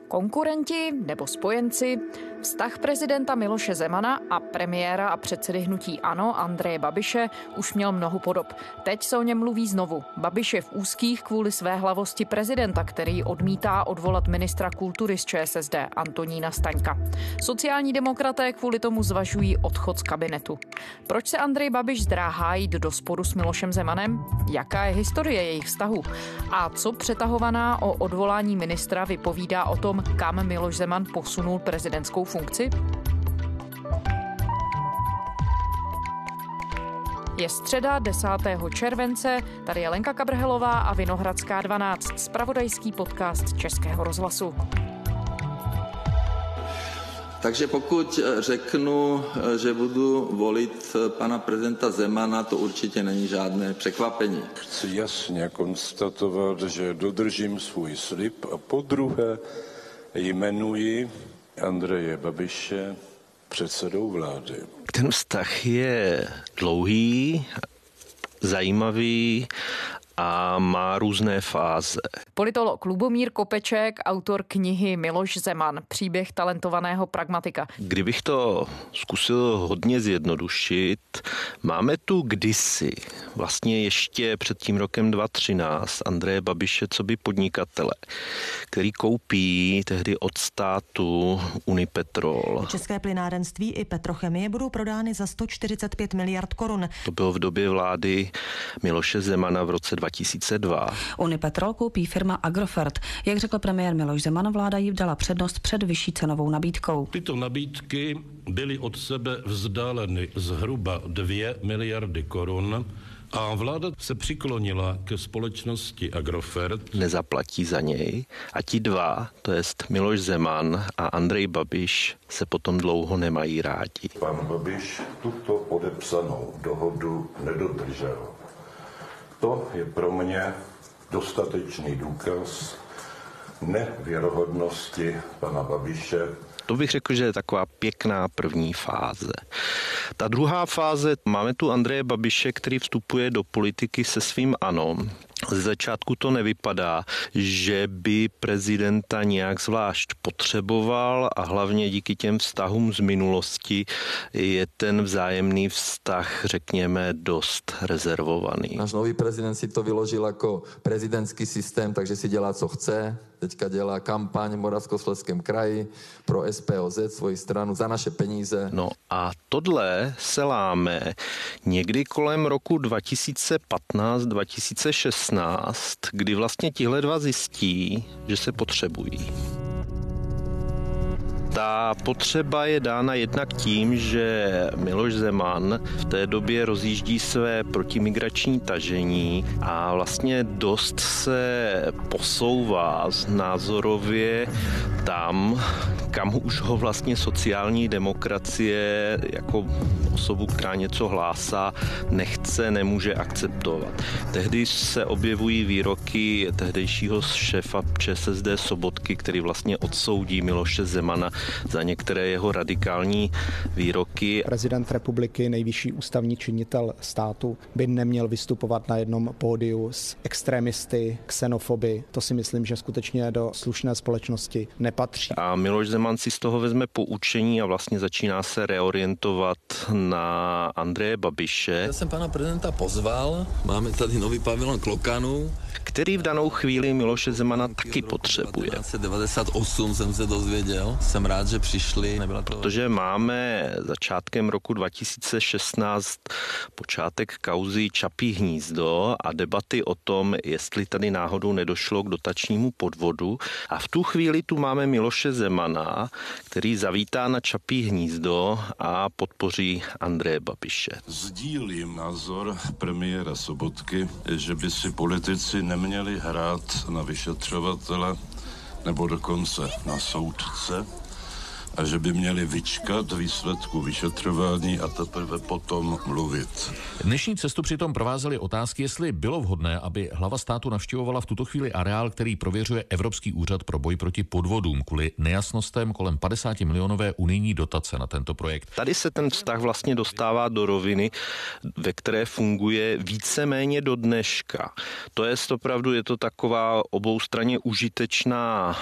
Konkurenti nebo spojenci? Vztah prezidenta Miloše Zemana a premiéra a předsedy hnutí ANO Andreje Babiše už měl mnoho podob. Teď se o něm mluví znovu. Babiš je v úzkých kvůli své hlavosti prezidenta, který odmítá odvolat ministra kultury z ČSSD Antonína Staňka. Sociální demokraté kvůli tomu zvažují odchod z kabinetu. Proč se Andrej Babiš zdráhá jít do sporu s Milošem Zemanem? Jaká je historie jejich vztahu? A co přetahovaná o odvolání ministra vypovídá o tom, kam Miloš Zeman posunul prezidentskou funkci? Je středa 10. července, tady je Lenka Kabrhelová a Vinohradská 12, zpravodajský podcast Českého rozhlasu. Takže pokud řeknu, že budu volit pana prezidenta Zemana, to určitě není žádné překvapení. Chci jasně konstatovat, že dodržím svůj slib a podruhé jmenuji Andreje Babiše předsedou vlády. Ten vztah je dlouhý, zajímavý a má různé fáze. Politolog Lubomír Kopeček, autor knihy Miloš Zeman, příběh talentovaného pragmatika. Kdybych to zkusil hodně zjednodušit, máme tu kdysi, vlastně ještě před tím rokem 2013, Andreje Babiše coby podnikatele, který koupí tehdy od státu Unipetrol. České plynárenství i petrochemie budou prodány za 145 miliard korun. To bylo v době vlády Miloše Zemana v roce 2002. Unipetrol koupí firma Agrofert. Jak řekl premiér Miloš Zeman, vláda jí dala přednost před vyšší cenovou nabídkou. Tyto nabídky byly od sebe vzdáleny zhruba 2 miliardy korun a vláda se přiklonila ke společnosti Agrofert. Nezaplatí za něj a ti dva, to jest Miloš Zeman a Andrej Babiš, se potom dlouho nemají rádi. Pan Babiš tuto podepsanou dohodu nedodržel. To je pro mě dostatečný důkaz nevěrohodnosti pana Babiše. To bych řekl, že je taková pěkná první fáze. Ta druhá fáze, máme tu Andreje Babiše, který vstupuje do politiky se svým ANO. Ze začátku to nevypadá, že by prezidenta nějak zvlášť potřeboval a hlavně díky těm vztahům z minulosti je ten vzájemný vztah, řekněme, dost rezervovaný. Náš nový prezident si to vyložil jako prezidentský systém, takže si dělá, co chce. Teďka dělá kampaň v Moravskoslezském kraji pro SPOZ, svoji stranu, za naše peníze. No a tohle se láme někdy kolem roku 2015-2016, kdy vlastně tihle dva zjistí, že se potřebují. Ta potřeba je dána jednak tím, že Miloš Zeman v té době rozjíždí své protimigrační tažení a vlastně dost se posouvá názorově tam, kam už ho vlastně sociální demokracie jako osobu, která něco hlásá, nechce, nemůže akceptovat. Tehdy se objevují výroky tehdejšího šéfa ČSSD Sobotky, který vlastně odsoudí Miloše Zemana za některé jeho radikální výroky. Prezident republiky, nejvyšší ústavní činitel státu, by neměl vystupovat na jednom pódiu s extremisty, xenofoby. To si myslím, že skutečně do slušné společnosti nepatří. A Miloš Zeman si z toho vezme poučení a vlastně začíná se reorientovat na Andreje Babiše. Já jsem pana prezidenta pozval, máme tady nový pavilon Klokanu, který v danou chvíli Miloše Zemana taky potřebuje. 1998 jsem se dozvěděl, jsem rád, že přišli. Protože máme začátkem roku 2016 počátek kauzy Čapí hnízdo a debaty o tom, jestli tady náhodou nedošlo k dotačnímu podvodu. A v tu chvíli tu máme Miloše Zemana, který zavítá na Čapí hnízdo a podpoří Andreje Babiše. Sdílím názor premiéra Sobotky, že by si politici neměli hrát na vyšetřovatele nebo dokonce na soudce a že by měli vyčkat výsledku vyšetřování a teprve potom mluvit. Dnešní cestu přitom provázely otázky, jestli bylo vhodné, aby hlava státu navštěvovala v tuto chvíli areál, který prověřuje Evropský úřad pro boj proti podvodům kvůli nejasnostem kolem 50 milionové unijní dotace na tento projekt. Tady se ten vztah vlastně dostává do roviny, ve které funguje víceméně do dneška. To je opravdu, je to taková oboustranně užitečná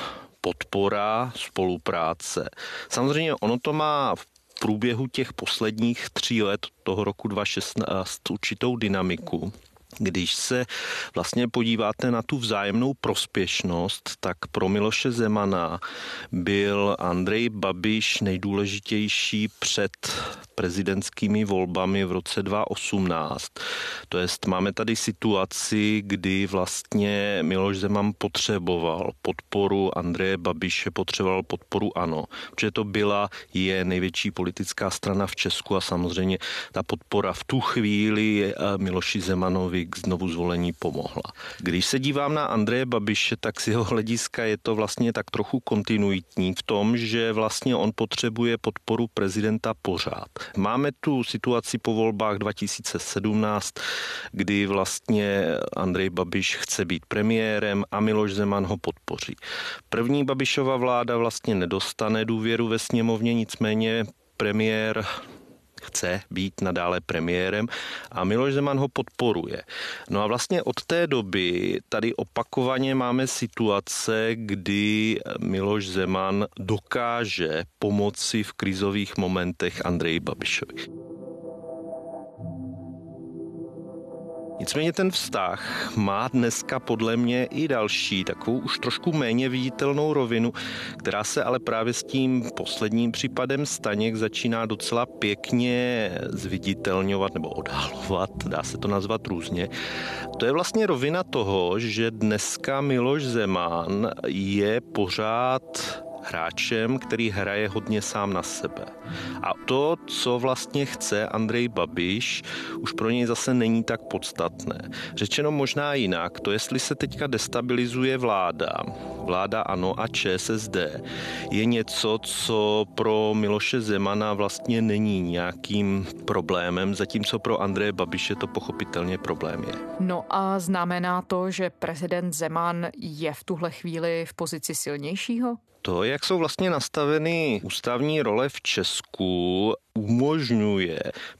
podpora, spolupráce. Samozřejmě ono to má v průběhu těch posledních 3 let toho roku 2016 určitou dynamiku. Když se vlastně podíváte na tu vzájemnou prospěšnost, tak pro Miloše Zemana byl Andrej Babiš nejdůležitější před prezidentskými volbami v roce 2018. To jest, máme tady situaci, kdy vlastně Miloš Zeman potřeboval podporu Andreje Babiše, potřeboval podporu ANO, protože to je největší politická strana v Česku a samozřejmě ta podpora v tu chvíli Miloši Zemanovi k znovu zvolení pomohla. Když se dívám na Andreje Babiše, tak z jeho hlediska je to vlastně tak trochu kontinuitní v tom, že vlastně on potřebuje podporu prezidenta pořád. Máme tu situaci po volbách 2017, kdy vlastně Andrej Babiš chce být premiérem a Miloš Zeman ho podpoří. První Babišova vláda vlastně nedostane důvěru ve sněmovně, nicméně premiér chce být nadále premiérem a Miloš Zeman ho podporuje. No a vlastně od té doby tady opakovaně máme situace, kdy Miloš Zeman dokáže pomoci v krizových momentech Andreji Babišovi. Nicméně ten vztah má dneska podle mě i další, takovou už trošku méně viditelnou rovinu, která se ale právě s tím posledním případem Staněk začíná docela pěkně zviditelňovat nebo odhalovat, dá se to nazvat různě. To je vlastně rovina toho, že dneska Miloš Zeman je pořád hráčem, který hraje hodně sám na sebe. A to, co vlastně chce Andrej Babiš, už pro něj zase není tak podstatné. Řečeno možná jinak, to jestli se teďka destabilizuje vláda ANO a ČSSD, je něco, co pro Miloše Zemana vlastně není nějakým problémem, zatímco pro Andreje Babiše to pochopitelně problém je. No a znamená to, že prezident Zeman je v tuhle chvíli v pozici silnějšího? To, jak jsou vlastně nastaveny ústavní role v Česku, umožňuje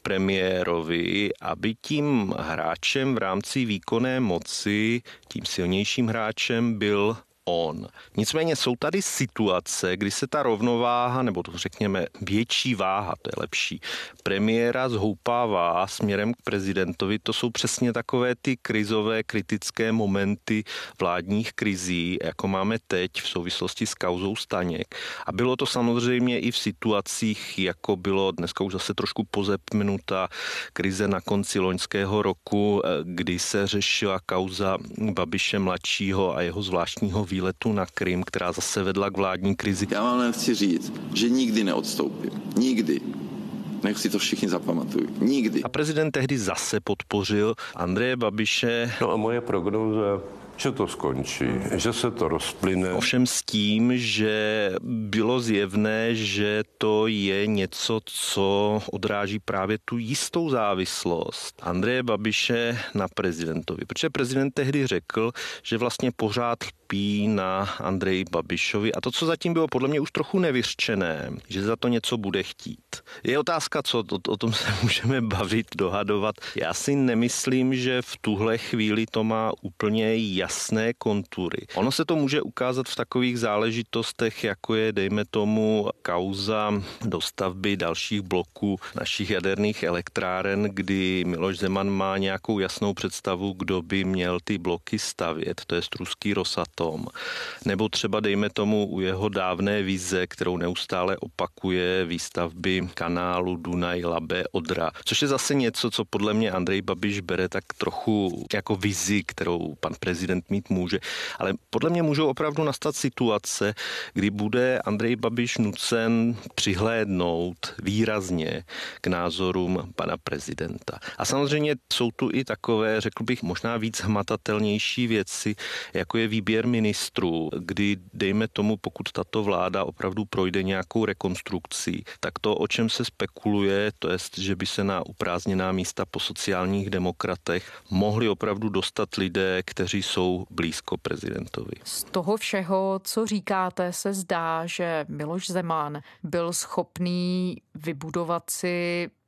premiérovi, aby tím hráčem v rámci výkonné moci, tím silnějším hráčem byl on. Nicméně jsou tady situace, kdy se ta rovnováha, nebo to řekněme větší váha, to je lepší, premiéra zhoupává směrem k prezidentovi. To jsou přesně takové ty krizové, kritické momenty vládních krizí, jako máme teď v souvislosti s kauzou Staněk. A bylo to samozřejmě i v situacích, jako bylo dneska už zase trošku pozapnutá krize na konci loňského roku, kdy se řešila kauza Babiše mladšího a jeho zvláštního výletu na Krym, která zase vedla k vládní krizi. Já vám jen chci říct, že nikdy neodstoupím. Nikdy. Nech si to všichni zapamatují. Nikdy. A prezident tehdy zase podpořil Andreje Babiše. No a moje prognóza, že to skončí, že se to rozplyne. Ovšem s tím, že bylo zjevné, že to je něco, co odráží právě tu jistou závislost Andreje Babiše na prezidentovi. Protože prezident tehdy řekl, že vlastně pořád lpí na Andreji Babišovi a to, co zatím bylo podle mě už trochu nevyřčené, že za to něco bude chtít. Je otázka, co o tom se můžeme bavit, dohadovat. Já si nemyslím, že v tuhle chvíli to má úplně jasné kontury. Ono se to může ukázat v takových záležitostech, jako je, dejme tomu, kauza dostavby dalších bloků našich jaderných elektráren, kdy Miloš Zeman má nějakou jasnou představu, kdo by měl ty bloky stavět, to je ruský Rosatom. Nebo třeba, dejme tomu, u jeho dávné vize, kterou neustále opakuje, výstavby kanálu Dunaj-Labe-Odra, což je zase něco, co podle mě Andrej Babiš bere tak trochu jako vizi, kterou pan prezident mít může. Ale podle mě můžou opravdu nastat situace, kdy bude Andrej Babiš nucen přihlédnout výrazně k názorům pana prezidenta. A samozřejmě jsou tu i takové, řekl bych, možná víc hmatatelnější věci, jako je výběr ministrů, kdy, dejme tomu, pokud tato vláda opravdu projde nějakou rekonstrukcí, tak to, o čem se spekuluje, to je, že by se na uprázdněná místa po sociálních demokratech mohli opravdu dostat lidé, kteří jsou blízko prezidentovi. Z toho všeho, co říkáte, se zdá, že Miloš Zeman byl schopný vybudovat si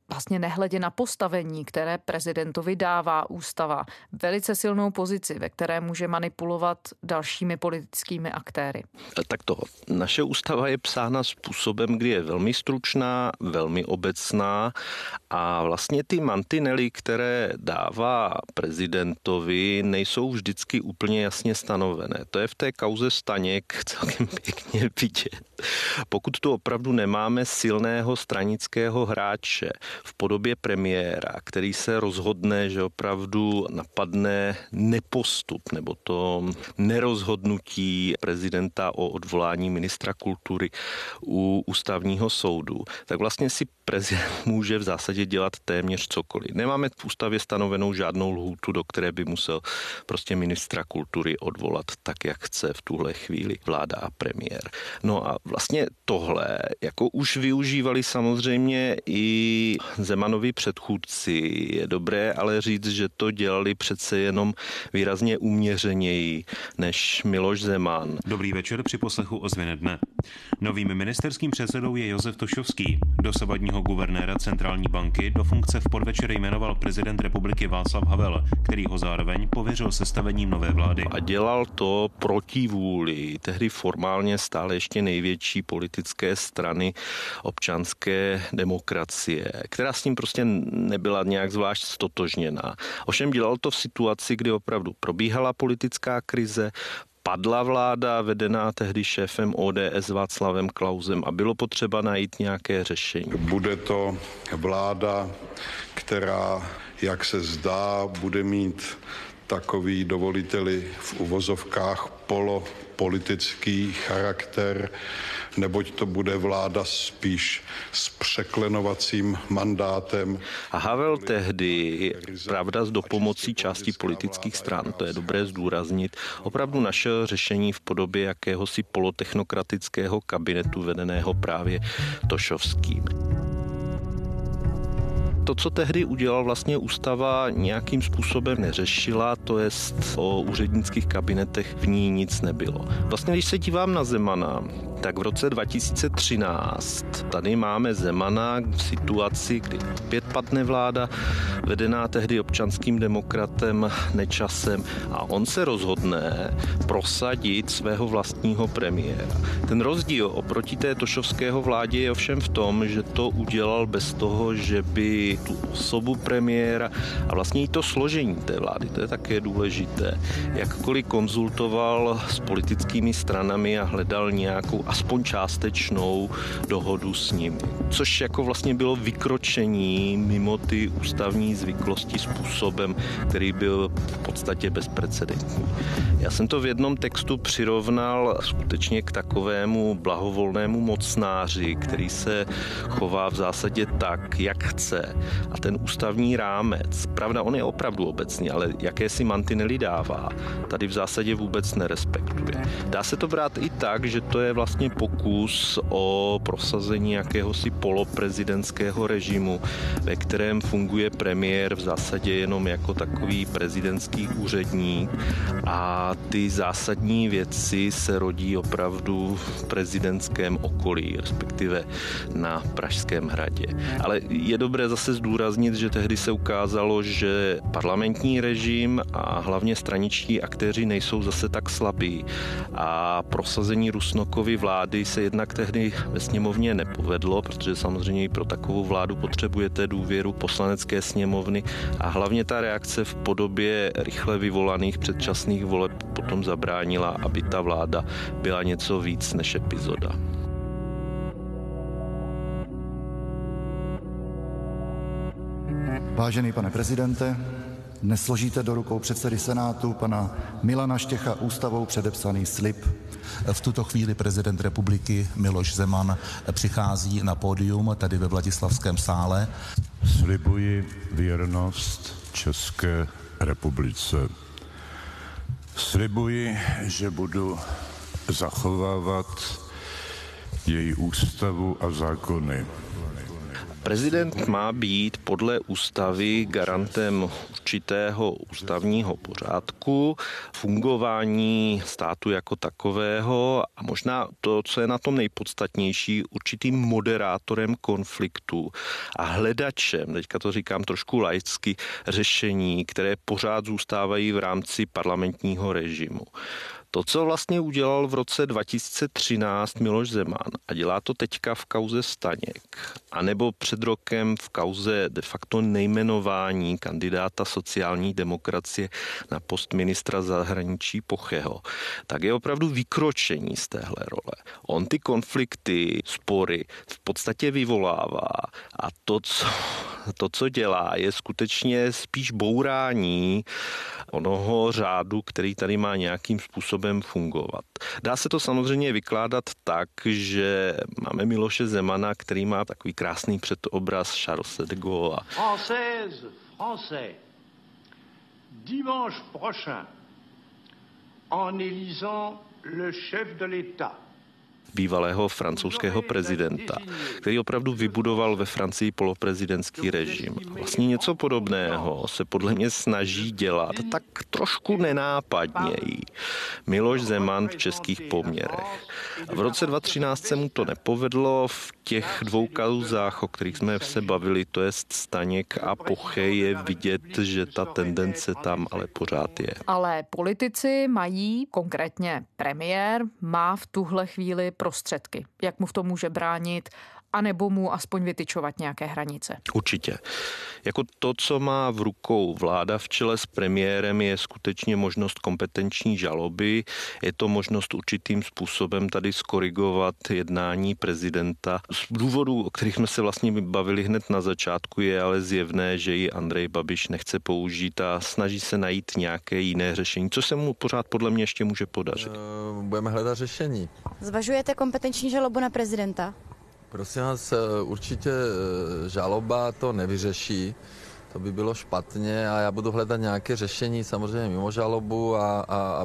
vlastně nehledě na postavení, které prezidentovi dává ústava, velice silnou pozici, ve které může manipulovat dalšími politickými aktéry. Tak to. Naše ústava je psána způsobem, kdy je velmi stručná, velmi obecná a vlastně ty mantinely, které dává prezidentovi, nejsou vždycky úplně jasně stanovené. To je v té kauze Staněk celkem pěkně vidět. Pokud tu opravdu nemáme silného stranického hráče v podobě premiéra, který se rozhodne, že opravdu napadne nepostup nebo to nerozhodnutí prezidenta o odvolání ministra kultury u ústavního soudu, tak vlastně si prezident může v zásadě dělat téměř cokoliv. Nemáme v ústavě stanovenou žádnou lhůtu, do které by musel prostě ministra kultury odvolat tak, jak chce v tuhle chvíli vláda a premiér. No a vlastně tohle jako už využívali samozřejmě i Zemanovi předchůdci. Je dobré ale říct, že to dělali přece jenom výrazně uměřeněji než Miloš Zeman. Dobrý večer při poslechu Ozvěny dne. Novým ministerským předsedou je Josef Tošovský. Dosavadního guvernéra centrální banky do funkce v podvečer jmenoval prezident republiky Václav Havel, který ho zároveň pověřil sestavením nové vlády. A dělal to proti vůli tehdy formálně stále ještě největší politické strany občanské demokracie, která s ním prostě nebyla nějak zvlášť stotožněná. Ovšem dělal to v situaci, kdy opravdu probíhala politická krize, padla vláda vedená tehdy šéfem ODS Václavem Klausem a bylo potřeba najít nějaké řešení. Bude to vláda, která, jak se zdá, bude mít takový, dovoliteli v uvozovkách, polopolitický charakter, neboť to bude vláda spíš s překlenovacím mandátem. A Havel tehdy, pravda, s dopomocí části politických stran, to je dobré zdůraznit, opravdu našel řešení v podobě jakéhosi polotechnokratického kabinetu vedeného právě Tošovským. To, co tehdy udělal, vlastně ústava nějakým způsobem neřešila, to jest o úřednických kabinetech v ní nic nebylo. Vlastně, když se dívám na Zemana, tak v roce 2013 tady máme Zemana v situaci, kdy opět padne vláda, vedená tehdy občanským demokratem Nečasem a on se rozhodne prosadit svého vlastního premiéra. Ten rozdíl oproti té tošovského vládě je ovšem v tom, že to udělal bez toho, že by tu osobu premiéra a vlastně i to složení té vlády, to je také důležité, jakkoliv konzultoval s politickými stranami a hledal nějakou aspoň částečnou dohodu s nimi. Což jako vlastně bylo vykročení mimo ty ústavní zvyklosti způsobem, který byl v podstatě bezprecedentní. Já jsem to v jednom textu přirovnal skutečně k takovému blahovolnému mocnáři, který se chová v zásadě tak, jak chce. A ten ústavní rámec, pravda, on je opravdu obecný, ale jakési mantinely dává, tady v zásadě vůbec nerespektuje. Dá se to brát i tak, že to je vlastně pokus o prosazení jakéhosi poloprezidentského režimu, ve kterém funguje premiér v zásadě jenom jako takový prezidentský úředník a ty zásadní věci se rodí opravdu v prezidentském okolí, respektive na Pražském hradě. Ale je dobré zase zdůraznit, že tehdy se ukázalo, že parlamentní režim a hlavně straničtí aktéři nejsou zase tak slabí a prosazení Rusnokovy vlády se jednak tehdy ve sněmovně nepovedlo, protože samozřejmě i pro takovou vládu potřebujete důvěru poslanecké sněmovny a hlavně ta reakce v podobě rychle vyvolaných předčasných voleb potom zabránila, aby ta vláda byla něco víc než epizoda. Vážený pane prezidente, dnes složíte do rukou předsedy Senátu pana Milana Štěcha ústavou předepsaný slib. V tuto chvíli prezident republiky Miloš Zeman přichází na pódium tady ve Vladislavském sále. Slibuji věrnost České republice. Slibuji, že budu zachovávat její ústavu a zákony. Prezident má být podle ústavy garantem určitého ústavního pořádku, fungování státu jako takového a možná to, co je na tom nejpodstatnější, určitým moderátorem konfliktu a hledačem, teďka to říkám trošku laicky, řešení, které pořád zůstávají v rámci parlamentního režimu. To, co vlastně udělal v roce 2013 Miloš Zeman a dělá to teďka v kauze Staněk, anebo před rokem v kauze de facto nejmenování kandidáta sociální demokracie na post ministra zahraničí Pocheho, tak je opravdu vykročení z téhle role. On ty konflikty, spory v podstatě vyvolává a to, co dělá, je skutečně spíš bourání onoho řádu, který tady má nějakým způsobem fungovat. Dá se to samozřejmě vykládat tak, že máme Miloše Zemana, který má takový krásný předobraz Charlese de Gaulle. Français, dimanche prochain, en élisant le chef de l'État, bývalého francouzského prezidenta, který opravdu vybudoval ve Francii poloprezidentský režim. Vlastně něco podobného se podle mě snaží dělat tak trošku nenápadněji Miloš Zeman v českých poměrech. V roce 2013 se mu to nepovedlo, v těch dvou kauzách, o kterých jsme se bavili, to je Staněk a Poche, je vidět, že ta tendence tam ale pořád je. Ale politici mají, konkrétně premiér, má v tuhle chvíli prostředky. Jak mu v tom může bránit, anebo mu aspoň vytyčovat nějaké hranice? Určitě. Jako to, co má v rukou vláda v čele s premiérem, je skutečně možnost kompetenční žaloby. Je to možnost určitým způsobem tady skorigovat jednání prezidenta. Z důvodů, o kterých jsme se vlastně bavili hned na začátku, je ale zjevné, že ji Andrej Babiš nechce použít a snaží se najít nějaké jiné řešení, co se mu pořád podle mě ještě může podařit. Budeme hledat řešení. Zvažujete kompetenční žalobu na prezidenta? Prosím vás, určitě žaloba to nevyřeší, to by bylo špatně a já budu hledat nějaké řešení, samozřejmě mimo žalobu a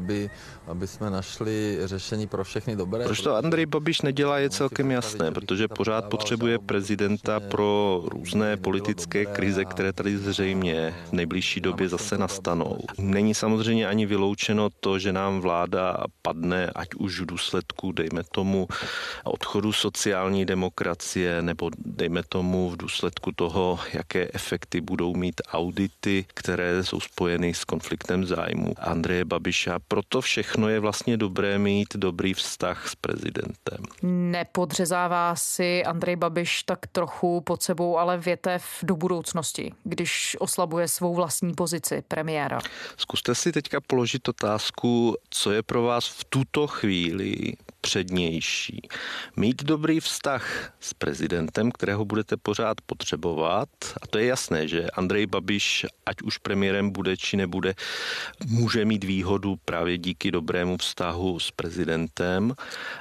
aby jsme našli řešení pro všechny dobré. Proč to Andrej Babiš nedělá, je celkem jasné, protože pořád potřebuje prezidenta pro různé politické krize, které tady zřejmě v nejbližší době zase nastanou. Není samozřejmě ani vyloučeno to, že nám vláda padne, ať už v důsledku, dejme tomu, odchodu sociální demokracie, nebo dejme tomu v důsledku toho, jaké efekty budou mít audity, které jsou spojeny s konfliktem zájmu Andreje Babiše. Proto všechno je vlastně dobré mít dobrý vztah s prezidentem. Nepodřezává si Andrej Babiš tak trochu pod sebou ale větev do budoucnosti, když oslabuje svou vlastní pozici premiéra? Zkuste si teďka položit otázku, co je pro vás v tuto chvíli přednější. Mít dobrý vztah s prezidentem, kterého budete pořád potřebovat, a to je jasné, že Andrej Babiš, ať už premiérem bude či nebude, může mít výhodu právě díky dobrému vztahu s prezidentem,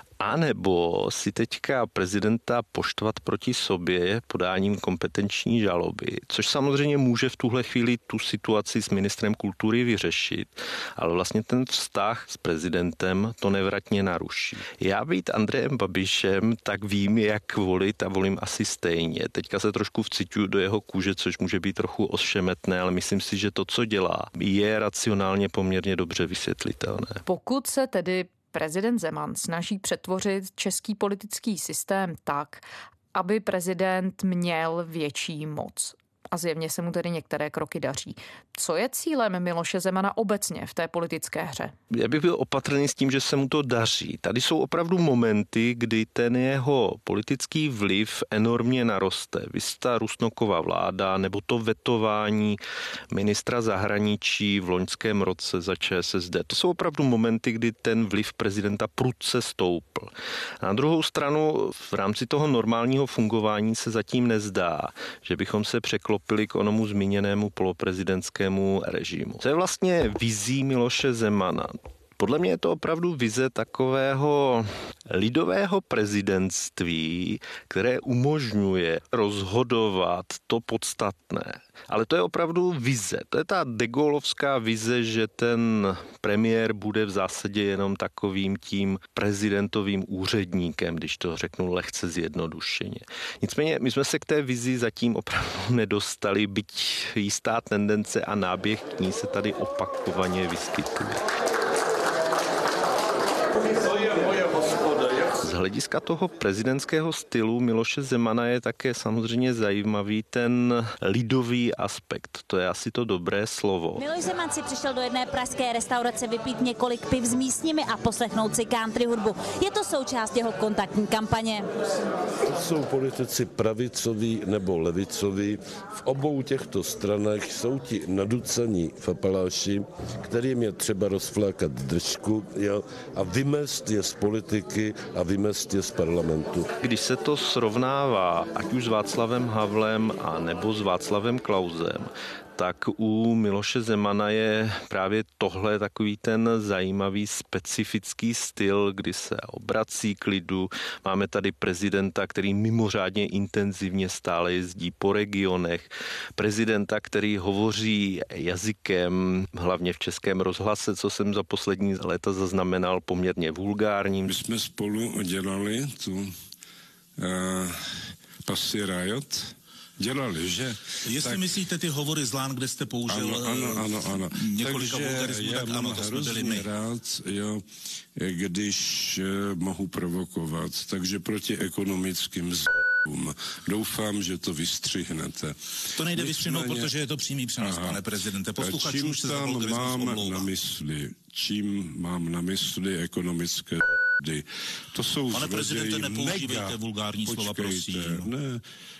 anebo si teďka prezidenta poštvat proti sobě podáním kompetenční žaloby, což samozřejmě může v tuhle chvíli tu situaci s ministrem kultury vyřešit, ale vlastně ten vztah s prezidentem to nevratně naruší. Já být Andrejem Babišem, tak vím, jak volit a volím asi stejně. Teďka se trošku vciťuju do jeho kůže, což může být trochu ošemetné, ale myslím si, že to, co dělá, je racionálně poměrně dobře vysvětlitelné. Pokud se tedy prezident Zeman snaží přetvořit český politický systém tak, aby prezident měl větší moc. A zjevně se mu tedy některé kroky daří. Co je cílem Miloše Zemana obecně v té politické hře? Já bych byl opatrný s tím, že se mu to daří. Tady jsou opravdu momenty, kdy ten jeho politický vliv enormně naroste. Ta Rusnoková vláda nebo to vetování ministra zahraničí v loňském roce za ČSSD. To jsou opravdu momenty, kdy ten vliv prezidenta prudce stoupl. Na druhou stranu v rámci toho normálního fungování se zatím nezdá, že bychom se překlopili k onomu zmíněnému poloprezidentskému režimu. To je vlastně vizí Miloše Zemana. Podle mě je to opravdu vize takového lidového prezidentství, které umožňuje rozhodovat to podstatné. Ale to je opravdu vize. To je ta de Gaullovská vize, že ten premiér bude v zásadě jenom takovým tím prezidentovým úředníkem, když to řeknu lehce zjednodušeně. Nicméně my jsme se k té vizi zatím opravdu nedostali, byť jistá tendence a náběh k ní se tady opakovaně vyskytuje. Z hlediska toho prezidentského stylu Miloše Zemana je také samozřejmě zajímavý ten lidový aspekt. To je asi to dobré slovo. Miloš Zeman si přišel do jedné pražské restaurace vypít několik piv s místními a poslechnout si country hudbu. Je to součást jeho kontaktní kampaně. To jsou politici pravicoví nebo levicoví. V obou těchto stranách jsou ti naducaní fapaláši, kterým je třeba rozflákat držku, jo, a vymést je z politiky a vymést je z parlamentu. Když se to srovnává, ať už s Václavem Havlem a nebo s Václavem Klausem, tak u Miloše Zemana je právě tohle takový ten zajímavý specifický styl, kdy se obrací k lidu. Máme tady prezidenta, který mimořádně intenzivně stále jezdí po regionech. Prezidenta, který hovoří jazykem, hlavně v Českém rozhlase, co jsem za poslední léta zaznamenal, poměrně vulgárním. My jsme spolu dělali tu Pussy Riot. Dělali, že? Jestli tak myslíte ty hovory z Lán, kde jste použil ano. několika vulgarismů, tak ano, to jsme byli my. Rád, jo, když mohu provokovat, takže proti ekonomickým doufám, že to vystřihnete. To nejde vystřihnout, protože je to přímý přenos, pane prezidente. Posluchačům už se za vulgarismus omlouvá. Čím mám na mysli ekonomické to jsou pane prezidente, nepoužívejte vulgární slova, prosím. Ne.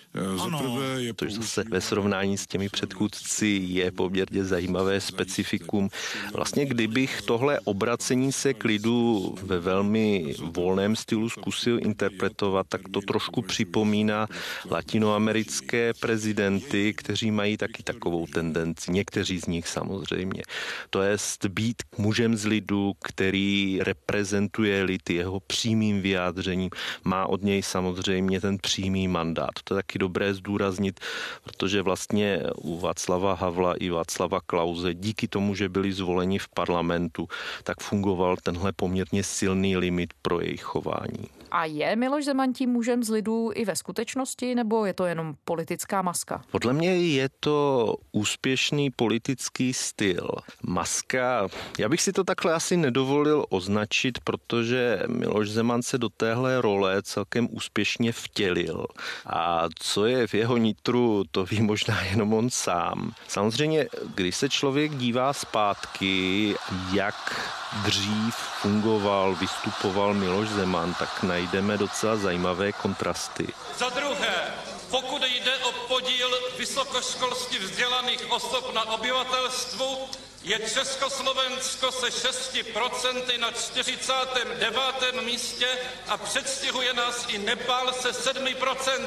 To zase ve srovnání s těmi předchůdci je poměrně zajímavé specifikum. Vlastně kdybych tohle obracení se k lidu ve velmi volném stylu zkusil interpretovat, tak to trošku připomíná latinoamerické prezidenty, kteří mají taky takovou tendenci, někteří z nich samozřejmě. To jest být mužem z lidu, který reprezentuje lid jeho přímým vyjádřením, má od něj samozřejmě ten přímý mandát. To je taky dobré zdůraznit, protože vlastně u Václava Havla i Václava Klause díky tomu, že byli zvoleni v parlamentu, tak fungoval tenhle poměrně silný limit pro jejich chování. A je Miloš Zeman tím mužem z lidu i ve skutečnosti, nebo je to jenom politická maska? Podle mě je to úspěšný politický styl. Maska, já bych si to takhle asi nedovolil označit, protože Miloš Zeman se do téhle role celkem úspěšně vtělil. A co je v jeho nitru, to ví možná jenom on sám. Samozřejmě, když se člověk dívá zpátky, jak dřív fungoval, vystupoval Miloš Zeman, tak najdeme docela zajímavé kontrasty. Za druhé, pokud jde o podíl vysokoškolsky vzdělaných osob na obyvatelstvu, je Československo se 6% na 49. místě a předstihuje nás i Nepál se 7%.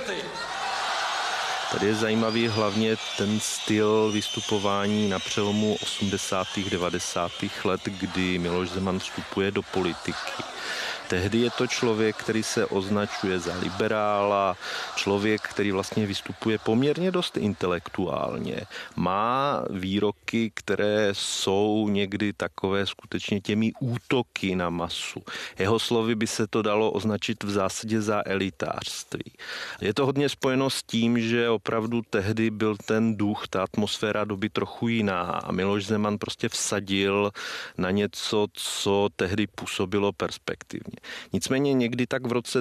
Tady je zajímavý hlavně ten styl vystupování na přelomu 80. 90. let, kdy Miloš Zeman vstupuje do politiky. Tehdy je to člověk, který se označuje za liberála, člověk, který vlastně vystupuje poměrně dost intelektuálně. Má výroky, které jsou někdy takové skutečně těmi útoky na masu. Jeho slovy by se to dalo označit v zásadě za elitářství. Je to hodně spojeno s tím, že opravdu tehdy byl ten duch, ta atmosféra doby trochu jiná a Miloš Zeman prostě vsadil na něco, co tehdy působilo perspektivně. Nicméně někdy tak v roce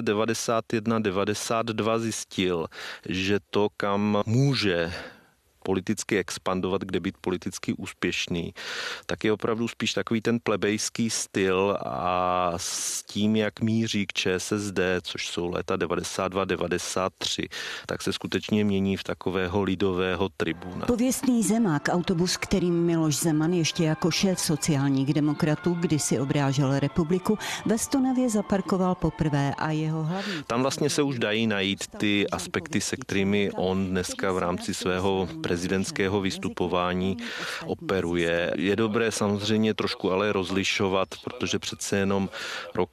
91-92 zjistil, že to, kam může politicky expandovat, kde být politicky úspěšný, tak je opravdu spíš takový ten plebejský styl a s tím, jak míří k ČSSD, což jsou léta 92-93, tak se skutečně mění v takového lidového tribuna. Pověstný Zemák, autobus, kterým Miloš Zeman ještě jako šéf sociálních demokratů kdysi obrážel republiku, ve Stonavě zaparkoval poprvé a jeho hlavní... Tam vlastně se už dají najít ty aspekty, se kterými on dneska v rámci svého prezidentského vystupování operuje. Je dobré samozřejmě trošku ale rozlišovat, protože přece jenom rok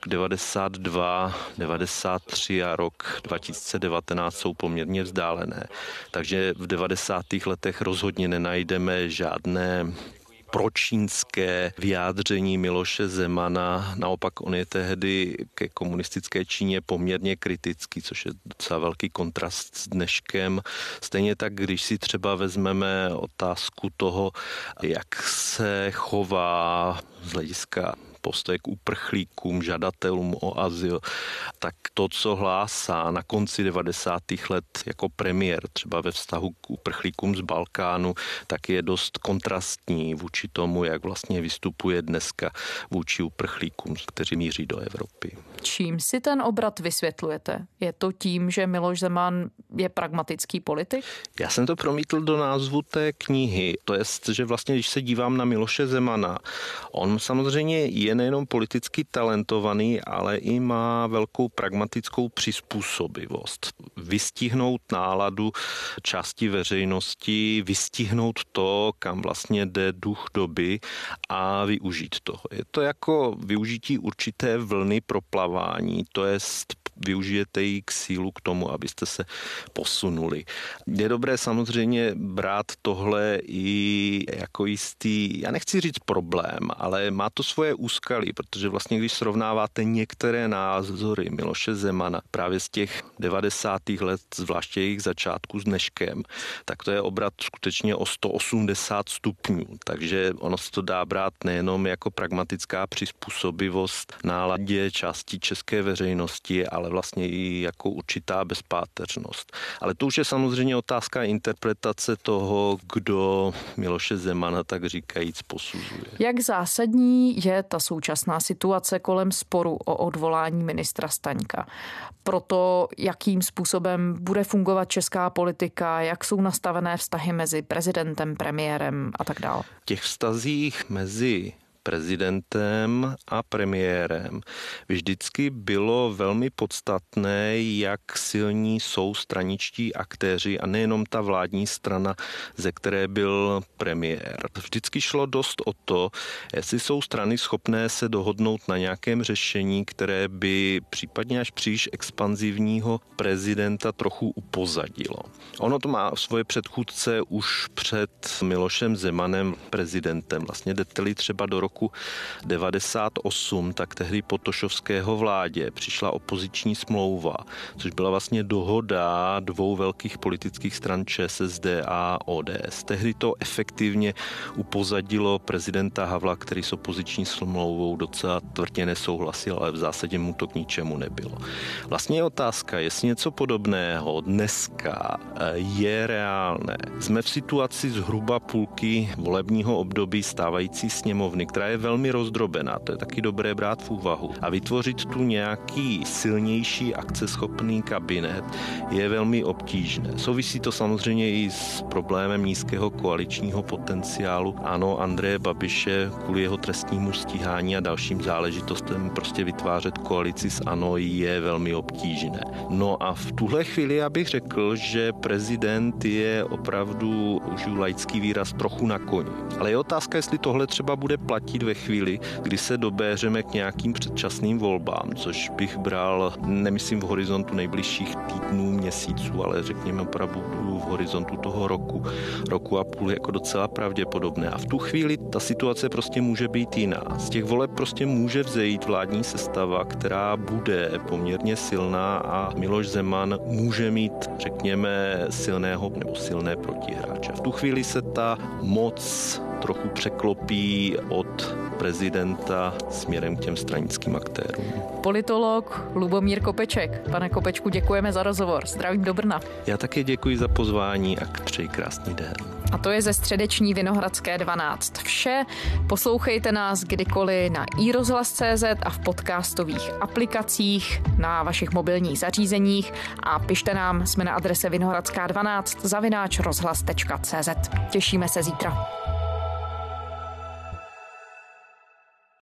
92, 93 a rok 2019 jsou poměrně vzdálené. Takže v 90. letech rozhodně nenajdeme žádné pročínské vyjádření Miloše Zemana. Naopak on je tehdy ke komunistické Číně poměrně kritický, což je docela velký kontrast s dneškem. Stejně tak, když si třeba vezmeme otázku toho, jak se chová z hlediska postoje k uprchlíkům, žadatelům o azyl, tak to, co hlásá na konci 90. let jako premiér, třeba ve vztahu k uprchlíkům z Balkánu, tak je dost kontrastní vůči tomu, jak vlastně vystupuje dneska vůči uprchlíkům, kteří míří do Evropy. Čím si ten obrat vysvětlujete? Je to tím, že Miloš Zeman je pragmatický politik? Já jsem to promítl do názvu té knihy. To je, že vlastně, když se dívám na Miloše Zemana, on samozřejmě je nejenom politicky talentovaný, ale i má velkou pragmatickou přizpůsobivost. Vystihnout náladu části veřejnosti, vystihnout to, kam vlastně jde duch doby a využít toho. Je to jako využití určité vlny proplavání, to jest využijete jí k sílu k tomu, abyste se posunuli. Je dobré samozřejmě brát tohle i jako jistý, já nechci říct problém, ale má to svoje úskalí, protože vlastně když srovnáváte některé názory Miloše Zemana právě z těch 90. let, zvláště jejich začátku s dneškem, tak to je obrat skutečně o 180 stupňů. Takže ono se to dá brát nejenom jako pragmatická přizpůsobivost náladě části české veřejnosti, ale vlastně i jako určitá bezpáteřnost. Ale to už je samozřejmě otázka interpretace toho, kdo Miloše Zemana tak říkajíc posuzuje. Jak zásadní je ta současná situace kolem sporu o odvolání ministra Staňka? Proto, jakým způsobem bude fungovat česká politika, jak jsou nastavené vztahy mezi prezidentem, premiérem a tak dále? V těch vztazích mezi prezidentem a premiérem vždycky bylo velmi podstatné, jak silní jsou straničtí aktéři a nejenom ta vládní strana, ze které byl premiér. Vždycky šlo dost o to, jestli jsou strany schopné se dohodnout na nějakém řešení, které by případně až příliš expanzivního prezidenta trochu upozadilo. Ono to má svoje předchůdce už před Milošem Zemanem prezidentem. Vlastně jdete-li třeba do roku 98, tak tehdy po Tošovského vládě přišla opoziční smlouva, což byla vlastně dohoda dvou velkých politických stran ČSSD a ODS. Tehdy to efektivně upozadilo prezidenta Havla, který s opoziční smlouvou docela tvrdě nesouhlasil, ale v zásadě mu to k ničemu nebylo. Vlastně je otázka, jestli něco podobného dneska je reálné. Jsme v situaci zhruba půlky volebního období stávající sněmovny, která je velmi rozdrobená, to je taky dobré brát v úvahu. A vytvořit tu nějaký silnější akceschopný kabinet je velmi obtížné. Souvisí to samozřejmě i s problémem nízkého koaličního potenciálu. Ano, Andreje Babiše kvůli jeho trestnímu stíhání a dalším záležitostem prostě vytvářet koalici s ANO je velmi obtížné. No a v tuhle chvíli já bych řekl, že prezident je opravdu, užiju laický výraz, trochu na koni. Ale je otázka, jestli tohle třeba bude platit ve chvíli, kdy se dobéřeme k nějakým předčasným volbám, což bych bral, nemyslím v horizontu nejbližších týdnů, měsíců, ale řekněme opravdu v horizontu toho roku a půl jako docela pravděpodobné. A v tu chvíli ta situace prostě může být jiná. Z těch voleb prostě může vzejít vládní sestava, která bude poměrně silná a Miloš Zeman může mít, řekněme, silného nebo silné protihráče. V tu chvíli se ta moc trochu překlopí od prezidenta směrem k těm stranickým aktérům. Politolog Lubomír Kopeček. Pane Kopečku, děkujeme za rozhovor. Zdravím do Brna. Já také děkuji za pozvání a přeji krásný den. A to je ze středeční Vinohradské 12 vše. Poslouchejte nás kdykoliv na iRozhlas.cz a v podcastových aplikacích na vašich mobilních zařízeních a pište nám, jsme na adrese vinohradská12 @rozhlas.cz. Těšíme se zítra.